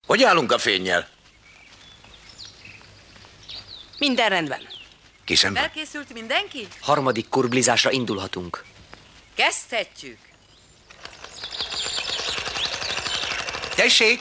Hogy állunk a fénnyel? Minden rendben. Készen van? Felkészült mindenki? Harmadik kurblizásra indulhatunk. Kezdhetjük. Tessék!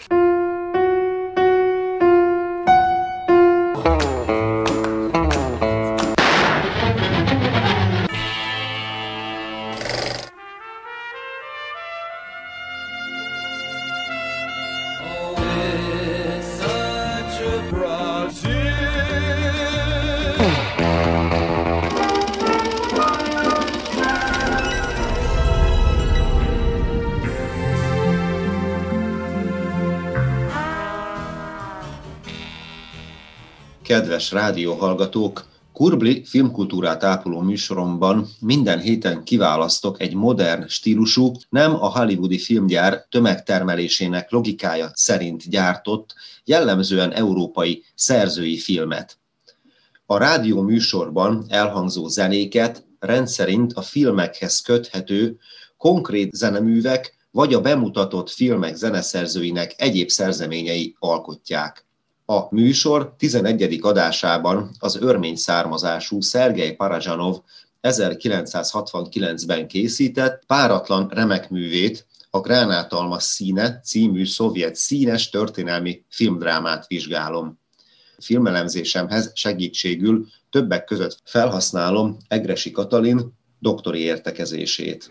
Kedves rádióhallgatók! Kurbli filmkultúrát ápoló műsoromban minden héten kiválasztok egy modern stílusú, nem a hollywoodi filmgyár tömegtermelésének logikája szerint gyártott, jellemzően európai szerzői filmet. A rádió műsorban elhangzó zenéket rendszerint a filmekhez köthető konkrét zeneművek vagy a bemutatott filmek zeneszerzőinek egyéb szerzeményei alkotják. A műsor 11. adásában az örmény származású Szergej Parazsanov 1969-ben készített páratlan remekművét, a Gránátalma színe című szovjet színes történelmi filmdrámát vizsgálom. Filmelemzésemhez segítségül többek között felhasználom Egressy Katalin doktori értekezését.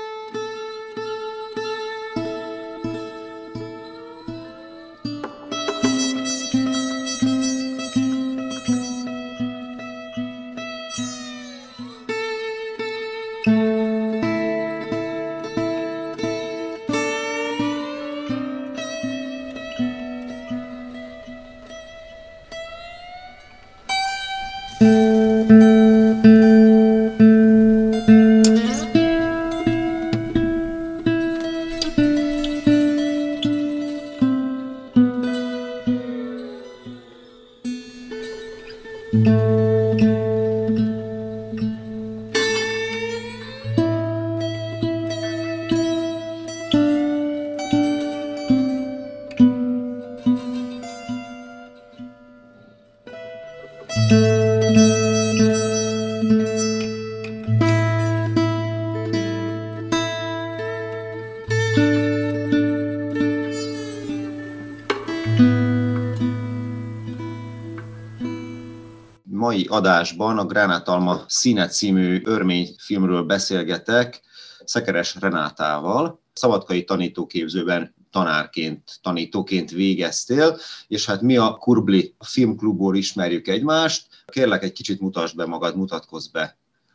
Mai adásban a Gránátalma színe című örmény filmről beszélgetek Szekeres Renátával. Szabadkai tanítóképzőben tanárként, tanítóként végeztél, és hát mi a Kurbli Filmklubból ismerjük egymást. Kérlek, egy kicsit mutasd be magad, mutatkozz be.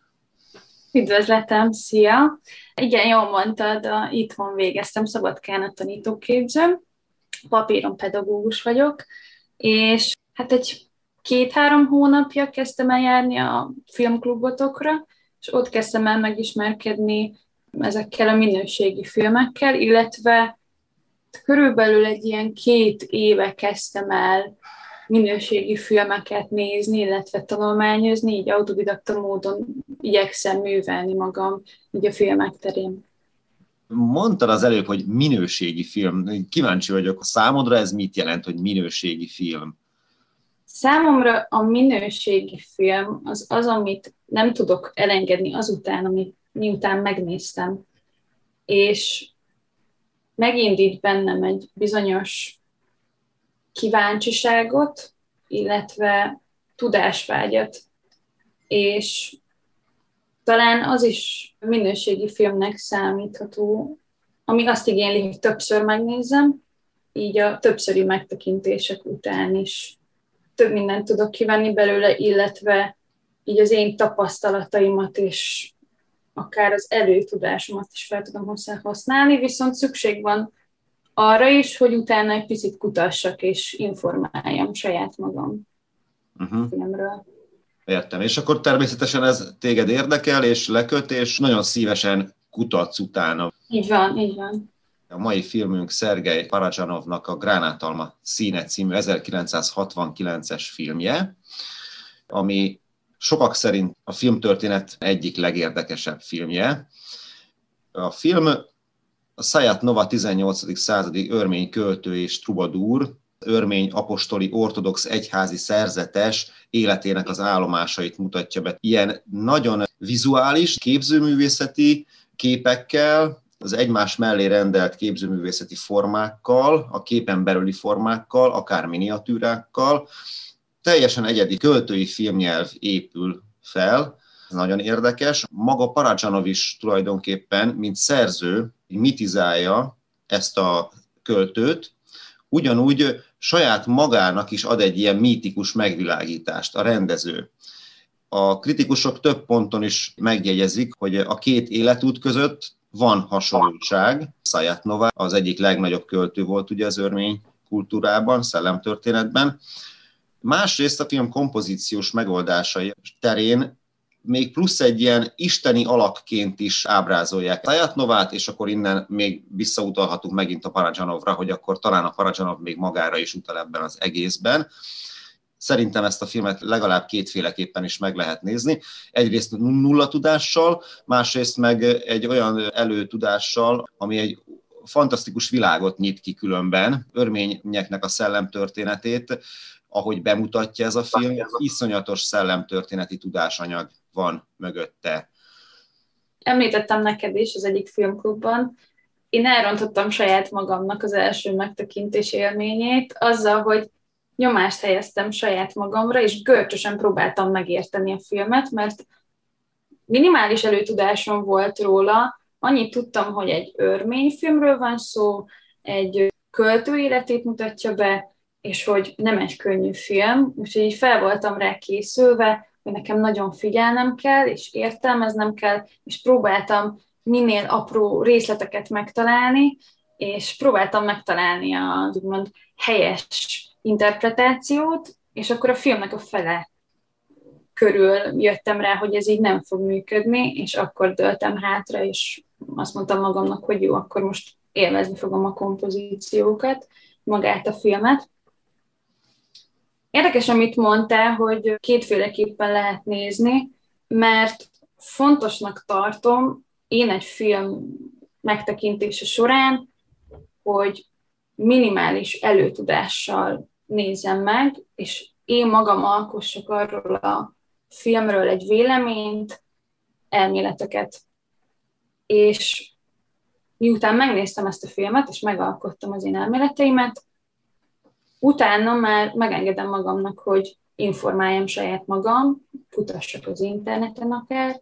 Üdvözletem, szia! Igen, jól mondtad, itthon végeztem Szabadkán a tanítóképzőn, papíron pedagógus vagyok, és hát egy 2-3 hónapja kezdtem el járni a filmklubotokra, és ott kezdtem el megismerkedni ezekkel a minőségi filmekkel, illetve körülbelül egy ilyen 2 éve kezdtem el minőségi filmeket nézni, illetve tanulmányozni, így autodidakta módon igyekszem művelni magam így a filmek terén. Mondtad az előbb, hogy minőségi film. Kíváncsi vagyok, számodra ez mit jelent, hogy minőségi film? Számomra a minőségi film az, amit nem tudok elengedni azután, miután megnéztem, és megindít bennem egy bizonyos kíváncsiságot, illetve tudásvágyat, és talán az is minőségi filmnek számítható, ami azt igényli, hogy többször megnézzem, így a többszöri megtekintések után is több mindent tudok kivenni belőle, illetve így az én tapasztalataimat és akár az előtudásomat is fel tudom hozzá használni, viszont szükség van arra is, hogy utána egy picit kutassak és informáljam saját magam filmről. Értem. És akkor természetesen ez téged érdekel, és leköt, és nagyon szívesen kutatsz utána. Így van, így van. A mai filmünk Szergej Parazsanovnak a Gránátalma színe című 1969-es filmje, ami sokak szerint a filmtörténet egyik legérdekesebb filmje. A film a Sajat Nova 18. századi örmény költő és trubadúr, örmény apostoli ortodox egyházi szerzetes életének az állomásait mutatja be. Ilyen nagyon vizuális, képzőművészeti képekkel, az egymás mellé rendelt képzőművészeti formákkal, a képen belüli formákkal, akár miniatűrákkal, teljesen egyedi költői filmnyelv épül fel. Ez nagyon érdekes. Maga Parajanov is tulajdonképpen, mint szerző, mitizálja ezt a költőt, ugyanúgy saját magának is ad egy ilyen mítikus megvilágítást a rendező. A kritikusok több ponton is megjegyezik, hogy a két életút között van hasonlóság. Sayat-Nova az egyik legnagyobb költő volt ugye az örmény kultúrában, szellemtörténetben. Másrészt a film kompozíciós megoldásai terén még plusz egy ilyen isteni alakként is ábrázolják Sayat-Novát, és akkor innen még visszautalhatunk megint a Parajanovra, hogy akkor talán a Parajanov még magára is utal ebben az egészben. Szerintem ezt a filmet legalább kétféleképpen is meg lehet nézni. Egyrészt nulla tudással, másrészt meg egy olyan előtudással, ami egy fantasztikus világot nyit ki különben, örményeknek a szellemtörténetét, ahogy bemutatja ez a film, iszonyatos szellemtörténeti tudásanyag van mögötte. Említettem neked is az egyik filmklubban, én elrontottam saját magamnak az első megtekintés élményét, azzal, hogy nyomást helyeztem saját magamra, és görcsösen próbáltam megérteni a filmet, mert minimális előtudásom volt róla, annyit tudtam, hogy egy örmény filmről van szó, egy költő életét mutatja be, és hogy nem egy könnyű film, úgyhogy így fel voltam rá készülve, hogy nekem nagyon figyelnem kell, és értelmeznem kell, és próbáltam minél apró részleteket megtalálni, és próbáltam megtalálni a úgymond helyes interpretációt, és akkor a filmnek a fele körül jöttem rá, hogy ez így nem fog működni, és akkor dőltem hátra, és azt mondtam magamnak, hogy jó, akkor most élvezni fogom a kompozíciókat, magát a filmet. Érdekes, amit mondtál, hogy kétféleképpen lehet nézni, mert fontosnak tartom én egy film megtekintése során, hogy minimális előtudással nézem meg, és én magam alkossak arról a filmről egy véleményt, elméleteket. És miután megnéztem ezt a filmet, és megalkottam az én elméleteimet, utána már megengedem magamnak, hogy informáljam saját magam, kutassak az interneten akár,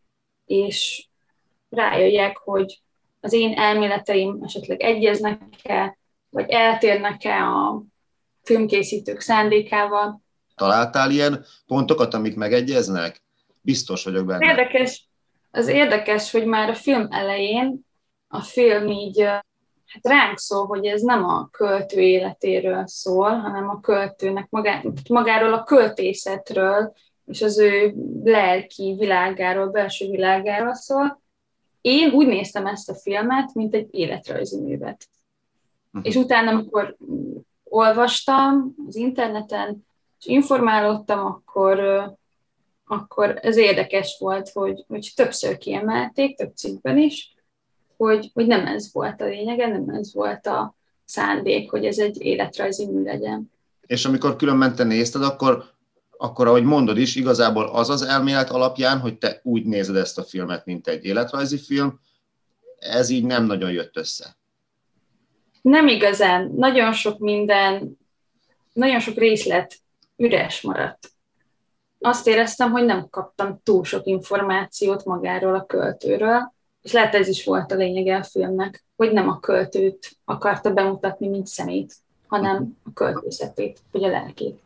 és rájöjjek, hogy az én elméleteim esetleg egyeznek-e, vagy eltérnek-e a filmkészítők szándékával. Találtál ilyen pontokat, amik megegyeznek? Biztos vagyok benne. Az érdekes, hogy már a film elején a film így ránk szól, hogy ez nem a költő életéről szól, hanem a költőnek magáról a költészetről, és az ő lelki világáról, belső világáról szól. Én úgy néztem ezt a filmet, mint egy életrajzi művet. És utána, amikor olvastam az interneten, és informálódtam, akkor ez érdekes volt, hogy többször kiemelték, több cikkben is, hogy nem ez volt a lényege, nem ez volt a szándék, hogy ez egy életrajzi mű legyen. És amikor különben te nézted, akkor ahogy mondod is, igazából az az elmélet alapján, hogy te úgy nézed ezt a filmet, mint egy életrajzi film, ez így nem nagyon jött össze. Nem igazán. Nagyon sok részlet üres maradt. Azt éreztem, hogy nem kaptam túl sok információt magáról a költőről, és lehet ez is volt a lényege a filmnek, hogy nem a költőt akarta bemutatni, mint szemét, hanem a költészetét, vagy a lelkét.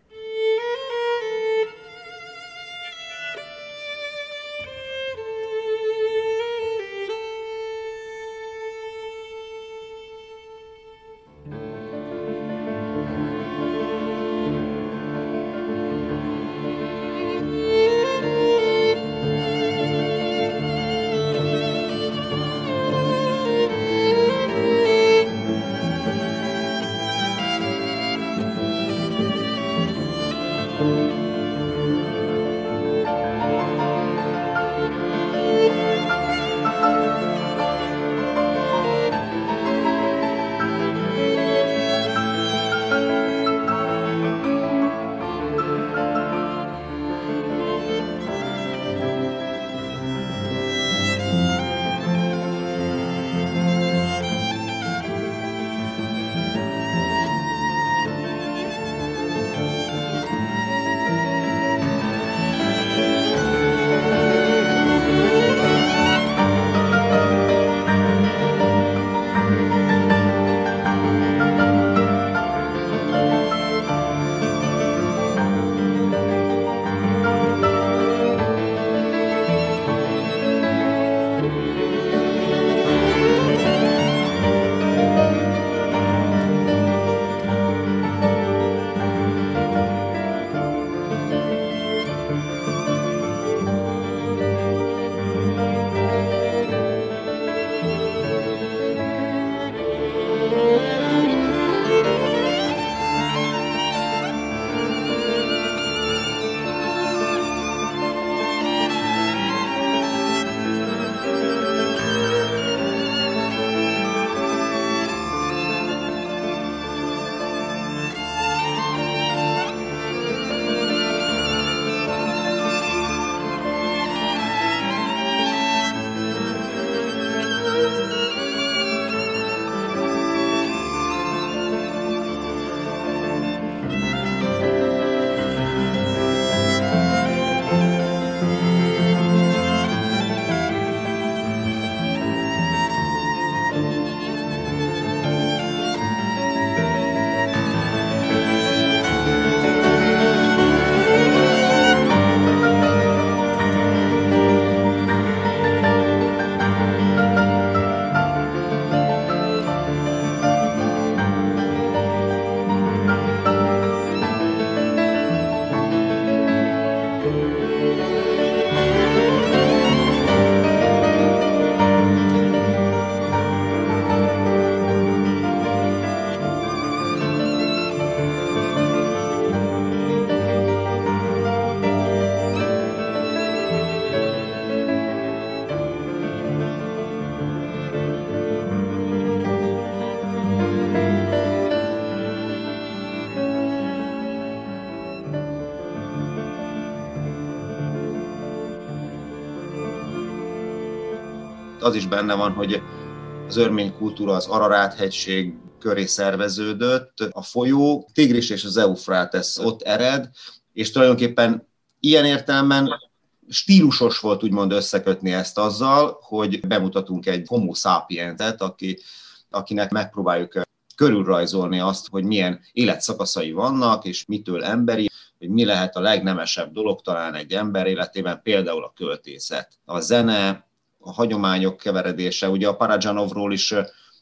Az is benne van, hogy az örmény kultúra az Ararát-hegység köré szerveződött, a folyó, Tigris és az Eufrátesz ott ered, és tulajdonképpen ilyen értelemben stílusos volt úgymond összekötni ezt azzal, hogy bemutatunk egy homo sapienset, akinek megpróbáljuk körülrajzolni azt, hogy milyen életszakaszai vannak, és mitől emberi, hogy mi lehet a legnemesebb dolog talán egy ember életében, például a költészet, a zene, a hagyományok keveredése. Ugye a Parajanovról is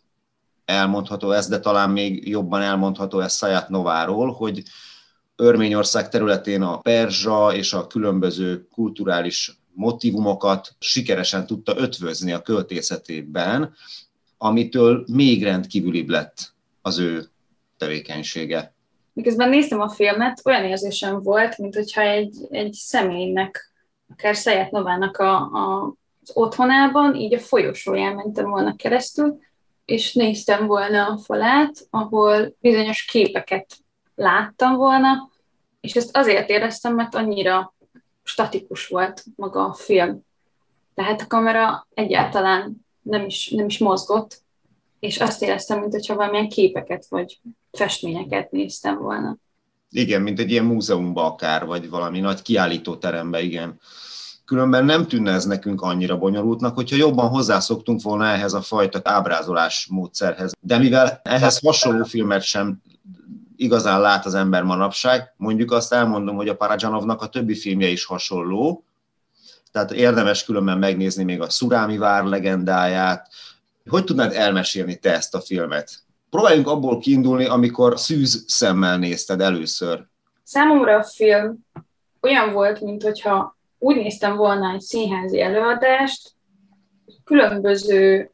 elmondható ez, de talán még jobban elmondható ez Saját Nováról, hogy Örményország területén a perzsa és a különböző kulturális motivumokat sikeresen tudta ötvözni a költészetében, amitől még rendkívülibb lett az ő tevékenysége. Miközben néztem a filmet, olyan érzésem volt, mint hogyha egy személynek, akár Saját Novának az otthonában, így a folyosóján mentem volna keresztül, és néztem volna a falát, ahol bizonyos képeket láttam volna, és ezt azért éreztem, mert annyira statikus volt maga a film. Tehát a kamera egyáltalán nem is mozgott, és azt éreztem, mintha valamilyen képeket vagy festményeket néztem volna. Igen, mint egy ilyen múzeumban akár, vagy valami nagy kiállítóteremben, igen. Különben nem tűnne ez nekünk annyira bonyolultnak, hogyha jobban hozzászoktunk volna ehhez a fajta ábrázolás módszerhez. De mivel ehhez hasonló filmet sem igazán lát az ember manapság, mondjuk azt elmondom, hogy a Parajanovnak a többi filmje is hasonló, tehát érdemes különben megnézni még a Szurámi vár legendáját. Hogy tudnád elmesélni te ezt a filmet? Próbáljunk abból kiindulni, amikor szűz szemmel nézted először. Számomra a film olyan volt, mintha úgy néztem volna egy színházi előadást, különböző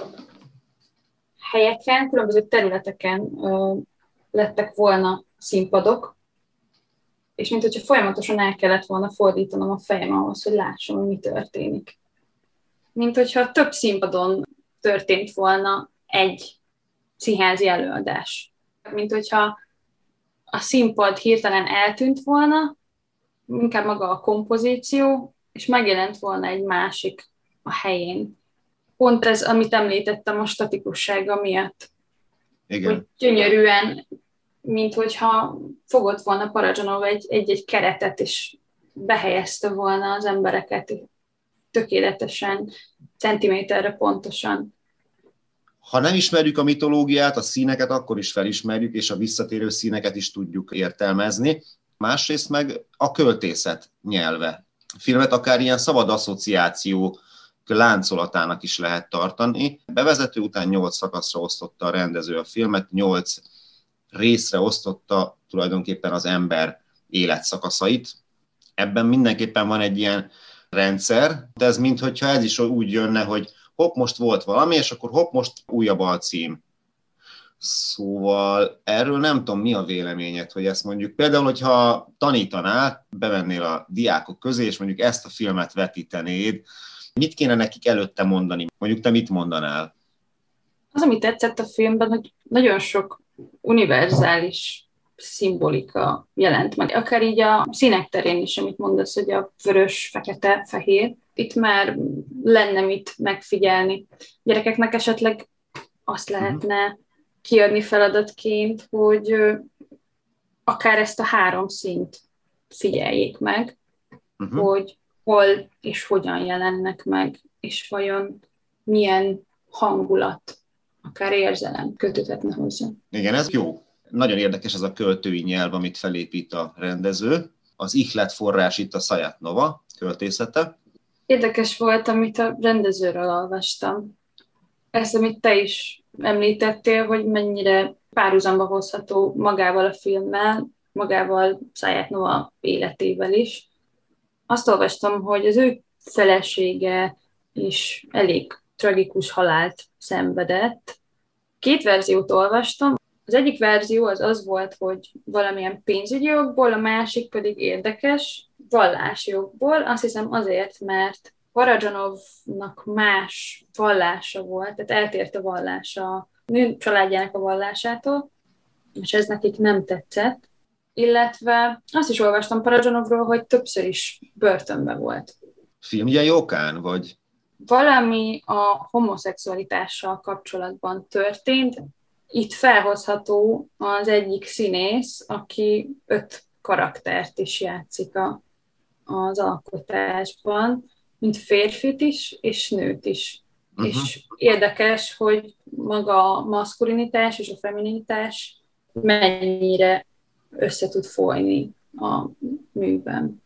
helyeken, különböző területeken lettek volna színpadok, és mintha folyamatosan el kellett volna fordítanom a fejem ahhoz, hogy lássam, hogy mi történik. Mint hogyha több színpadon történt volna egy színházi előadás. Mint hogyha a színpad hirtelen eltűnt volna, inkább maga a kompozíció, és megjelent volna egy másik a helyén. Pont ez, amit említettem a statikussága miatt. Igen. Hogy gyönyörűen, mint hogyha fogott volna Parajanov egy keretet, és behelyezte volna az embereket tökéletesen, centiméterre pontosan. Ha nem ismerjük a mitológiát, a színeket, akkor is felismerjük, és a visszatérő színeket is tudjuk értelmezni. Másrészt meg a költészet nyelve. A filmet akár ilyen szabad asszociáció láncolatának is lehet tartani. Bevezető után 8 szakaszra osztotta a rendező a filmet, 8 részre osztotta tulajdonképpen az ember életszakaszait. Ebben mindenképpen van egy ilyen rendszer, de ez minthogyha ez is úgy jönne, hogy hopp, most volt valami, és akkor hopp, most újabb alcím. Szóval erről nem tudom, mi a véleményed, hogy ezt mondjuk például, hogyha tanítanál, bevennél a diákok közé, és mondjuk ezt a filmet vetítenéd, mit kéne nekik előtte mondani? Mondjuk te mit mondanál? Az, ami tetszett a filmben, hogy nagyon sok univerzális szimbolika jelent meg. Akár így a színek terén is, amit mondasz, hogy a vörös, fekete, fehér. Itt már lenne mit megfigyelni. Gyerekeknek esetleg azt lehetne kiadni feladatként, hogy akár ezt a 3 színt figyeljék meg, hogy hol és hogyan jelennek meg, és vajon milyen hangulat, akár érzelem kötődhetne hozzá. Igen, ez jó. Nagyon érdekes ez a költői nyelv, amit felépít a rendező. Az ihlet forrás itt a Saját Nova költészete. Érdekes volt, amit a rendezőről olvastam. Ezt, amit te is említettél, hogy mennyire párhuzamba hozható magával a filmmel, magával Saját Nova életével is. Azt olvastam, hogy az ő felesége is elég tragikus halált szenvedett. 2 verziót olvastam. Az egyik verzió az volt, hogy valamilyen pénzügyi okból, a másik pedig érdekes, vallási okból. Azt hiszem azért, mert Parajanovnak más vallása volt, tehát eltért a vallása a nő családjának a vallásától, és ez nekik nem tetszett. Illetve azt is olvastam Parajanovról, hogy többször is börtönben volt. Filmjei okán, vagy? valami a homoszexualitással kapcsolatban történt. Itt felhozható az egyik színész, aki 5 karaktert is játszik az alkotásban, mint férfit is, és nőt is. És érdekes, hogy maga a maszkulinitás és a feminitás mennyire össze tud folyni a műben.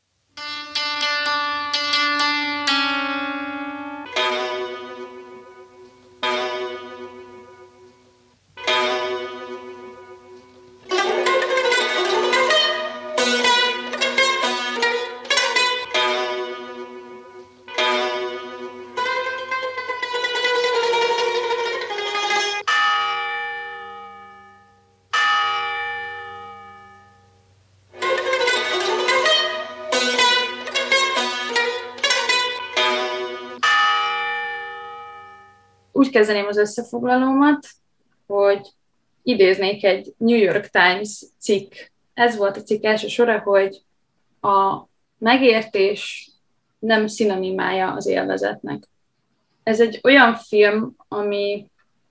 Úgy kezdeném az összefoglalómat, hogy idéznék egy New York Times cikk. Ez volt a cikk első sora, hogy a megértés nem szinonimája az élvezetnek. Ez egy olyan film, amit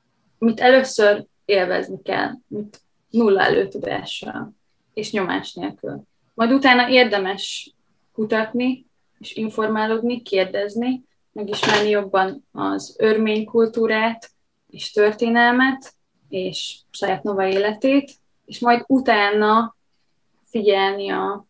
először élvezni kell, mint nulla előtudással és nyomás nélkül. Majd utána érdemes kutatni és informálódni, kérdezni, megismerni jobban az örmény kultúrát és történelmet, és Saját Nova életét, és majd utána figyelni a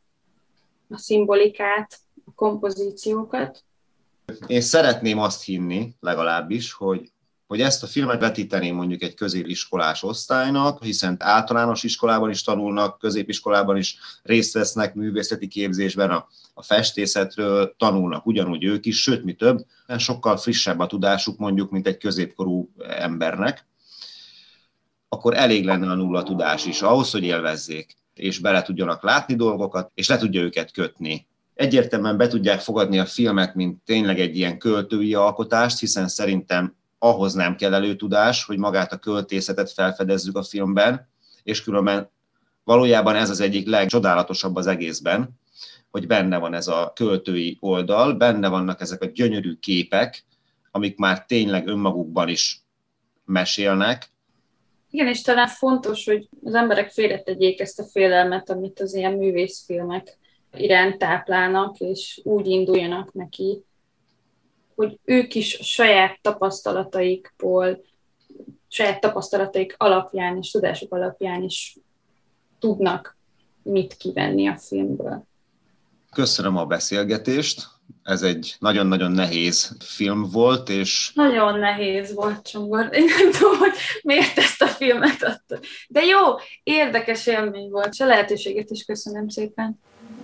szimbolikát, a kompozíciókat. Én szeretném azt hinni, legalábbis, hogy ezt a filmet vetíteném mondjuk egy középiskolás osztálynak, hiszen általános iskolában is tanulnak, középiskolában is részt vesznek művészeti képzésben, a festészetről tanulnak ugyanúgy ők is, sőt, mi több, sokkal frissebb a tudásuk mondjuk, mint egy középkorú embernek, akkor elég lenne a nulla tudás is ahhoz, hogy élvezzék, és bele tudjanak látni dolgokat, és le tudja őket kötni. Egyértelműen be tudják fogadni a filmet, mint tényleg egy ilyen költői alkotást, hiszen szerintem ahhoz nem kell előtudás, hogy magát a költészetet felfedezzük a filmben, és különben valójában ez az egyik legcsodálatosabb az egészben, hogy benne van ez a költői oldal, benne vannak ezek a gyönyörű képek, amik már tényleg önmagukban is mesélnek. Igen, és talán fontos, hogy az emberek félretegyék ezt a félelmet, amit az ilyen művészfilmek iránt táplálnak, és úgy induljanak neki, hogy ők is saját tapasztalataikból, saját tapasztalataik alapján és tudásuk alapján is tudnak mit kivenni a filmből. Köszönöm a beszélgetést. Ez egy nagyon-nagyon nehéz film volt, és... Nagyon nehéz volt, Csongor. Én nem tudom, hogy miért ezt a filmet adta. De jó, érdekes élmény volt, és a lehetőséget is köszönöm szépen.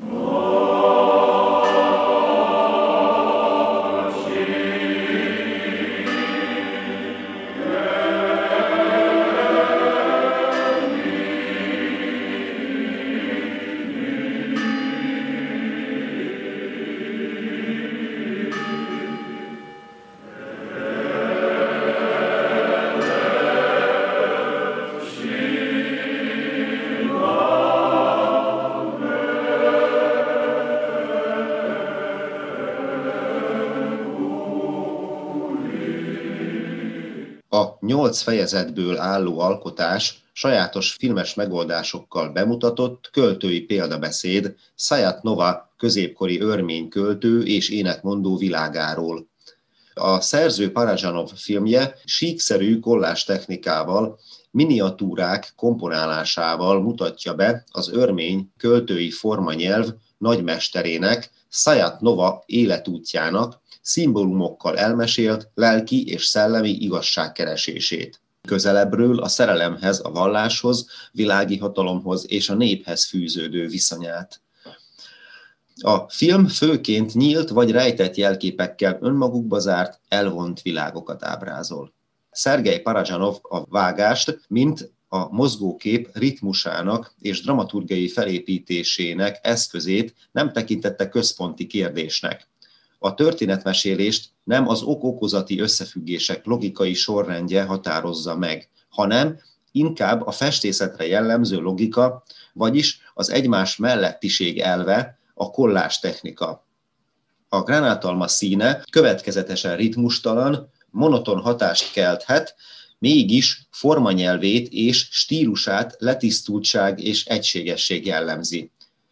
A 8 fejezetből álló alkotás sajátos filmes megoldásokkal bemutatott költői példabeszéd Saját Nova középkori örmény költő és énekmondó világáról. A szerző Parajanov filmje síkszerű kollás technikával, miniatúrák komponálásával mutatja be az örmény költői formanyelv nagymesterének, Saját Nova életútjának, szimbólumokkal elmesélt lelki és szellemi igazságkeresését. Közelebbről a szerelemhez, a valláshoz, világi hatalomhoz és a néphez fűződő viszonyát. A film főként nyílt vagy rejtett jelképekkel önmagukba zárt, elvont világokat ábrázol. Szergej Parajanov a vágást, mint a mozgókép ritmusának és dramaturgiai felépítésének eszközét nem tekintette központi kérdésnek. A történetmesélést nem az ok-okozati összefüggések logikai sorrendje határozza meg, hanem inkább a festészetre jellemző logika, vagyis az egymás mellettiség elve, a kollás technika. A gránátalma színe következetesen ritmustalan, monoton hatást kelthet, mégis formanyelvét és stílusát letisztultság és egységesség jellemzi.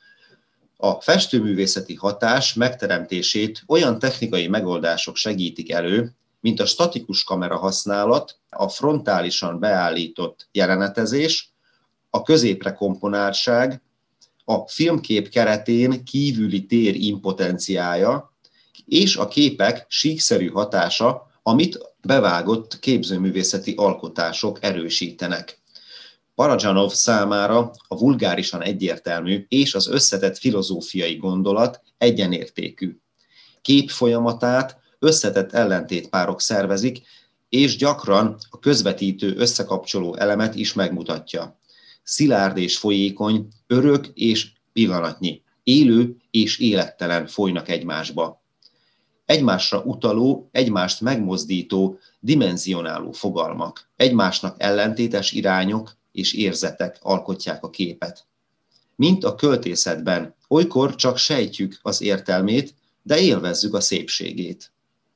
A festőművészeti hatás megteremtését olyan technikai megoldások segítik elő, mint a statikus kamera használat, a frontálisan beállított jelenetezés, a középre komponáltság, a filmkép keretén kívüli tér impotenciája és a képek síkszerű hatása, amit bevágott képzőművészeti alkotások erősítenek. Parajanov számára a vulgárisan egyértelmű és az összetett filozófiai gondolat egyenértékű. Kép folyamatát összetett ellentétpárok szervezik, és gyakran a közvetítő összekapcsoló elemet is megmutatja. Szilárd és folyékony, örök és pillanatnyi, élő és élettelen folynak egymásba. Egymásra utaló, egymást megmozdító, dimenzionáló fogalmak, egymásnak ellentétes irányok és érzetek alkotják a képet. Mint a költészetben, olykor csak sejtjük az értelmét, de élvezzük a szépségét.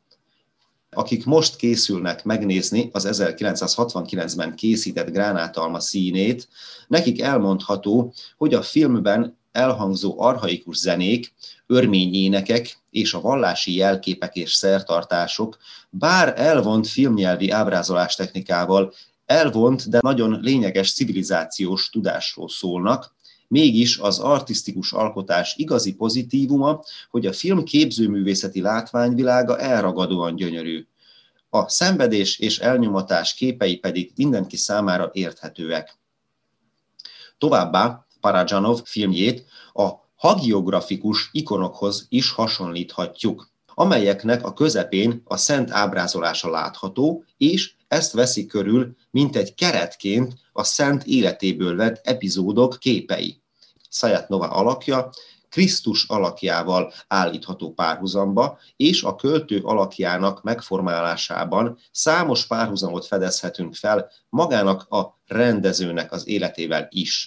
Akik most készülnek megnézni az 1969-ben készített Gránátalma színét, nekik elmondható, hogy a filmben elhangzó archaikus zenék, örményénekek és a vallási jelképek és szertartások, bár elvont filmnyelvi ábrázolástechnikával, elvont, de nagyon lényeges civilizációs tudásról szólnak, mégis az artisztikus alkotás igazi pozitívuma, hogy a film képzőművészeti látványvilága elragadóan gyönyörű. A szenvedés és elnyomatás képei pedig mindenki számára érthetőek. Továbbá Parajanov filmjét a hagiografikus ikonokhoz is hasonlíthatjuk, amelyeknek a közepén a szent ábrázolása látható, és ezt veszi körül, mint egy keretként a szent életéből vett epizódok képei. Szajatnova alakja Krisztus alakjával állítható párhuzamba, és a költő alakjának megformálásában számos párhuzamot fedezhetünk fel magának a rendezőnek az életével is.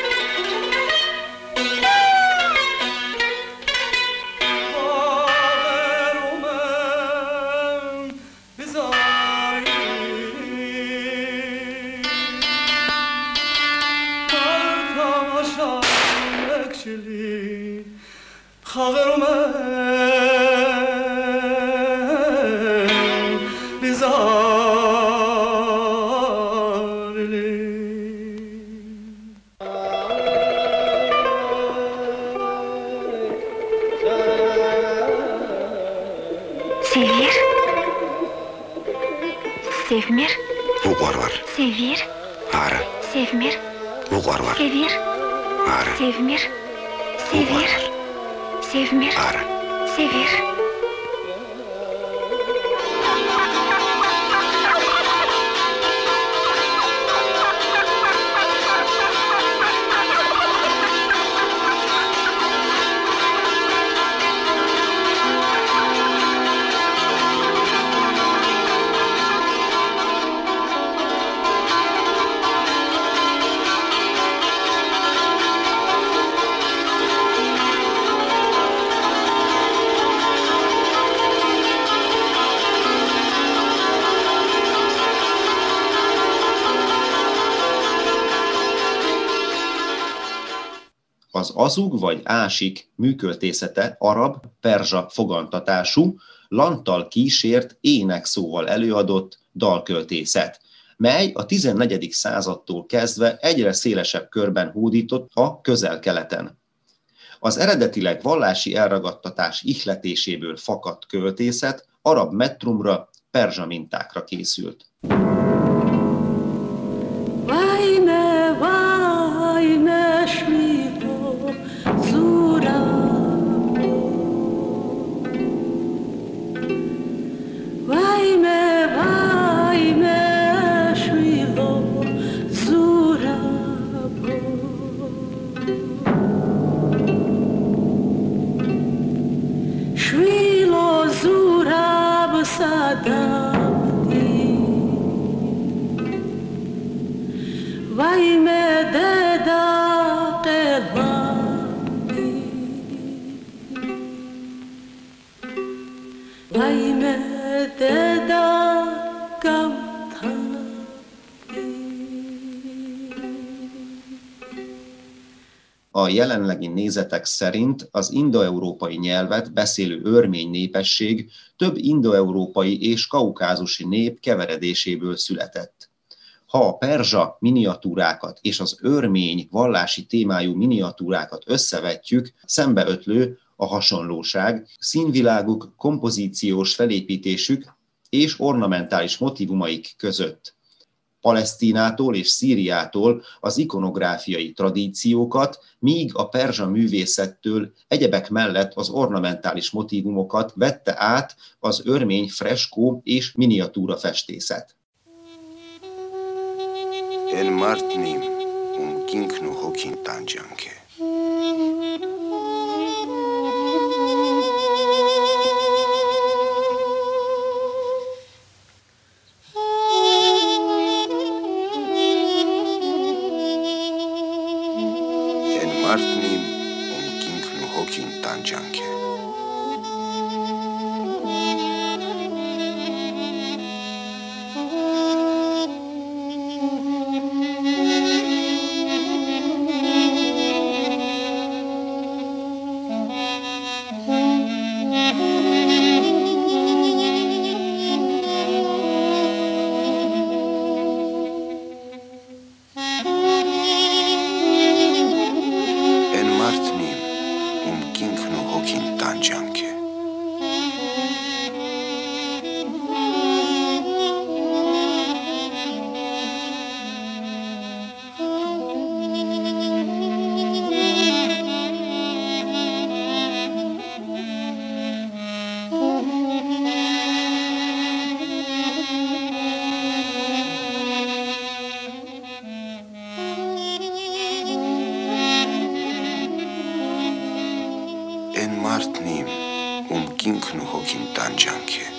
Sevmir. Vugarvar. Sevir. Hara. Sevmir. Vugarvar. Sevir. Hara. Sevmir. Sevir. Sevmir. Hara. Sevir. Az azug vagy ásik műköltészete arab-perzsa fogantatású, lanttal kísért énekszóval előadott dalköltészet, mely a 14. századtól kezdve egyre szélesebb körben hódított a Közel-Keleten. Az eredetileg vallási elragadtatás ihletéséből fakadt költészet arab metrumra, perzsa mintákra készült. A jelenlegi nézetek szerint az indoeurópai nyelvet beszélő örmény népesség több indoeurópai és kaukázusi nép keveredéséből született. Ha a perzsa miniatúrákat és az örmény vallási témájú miniatúrákat összevetjük, szembeötlő a hasonlóság, színviláguk, kompozíciós felépítésük és ornamentális motivumaik között. Palesztinától és Szíriától az ikonográfiai tradíciókat, míg a perzsa művészettől egyebek mellett az ornamentális motivumokat vette át az örmény freskó és miniatúra festészet. En martnim kinknu hokin tanjanke. Martnim kinknu hokin tanjanke. En martnim kinknu hokin tanjanke.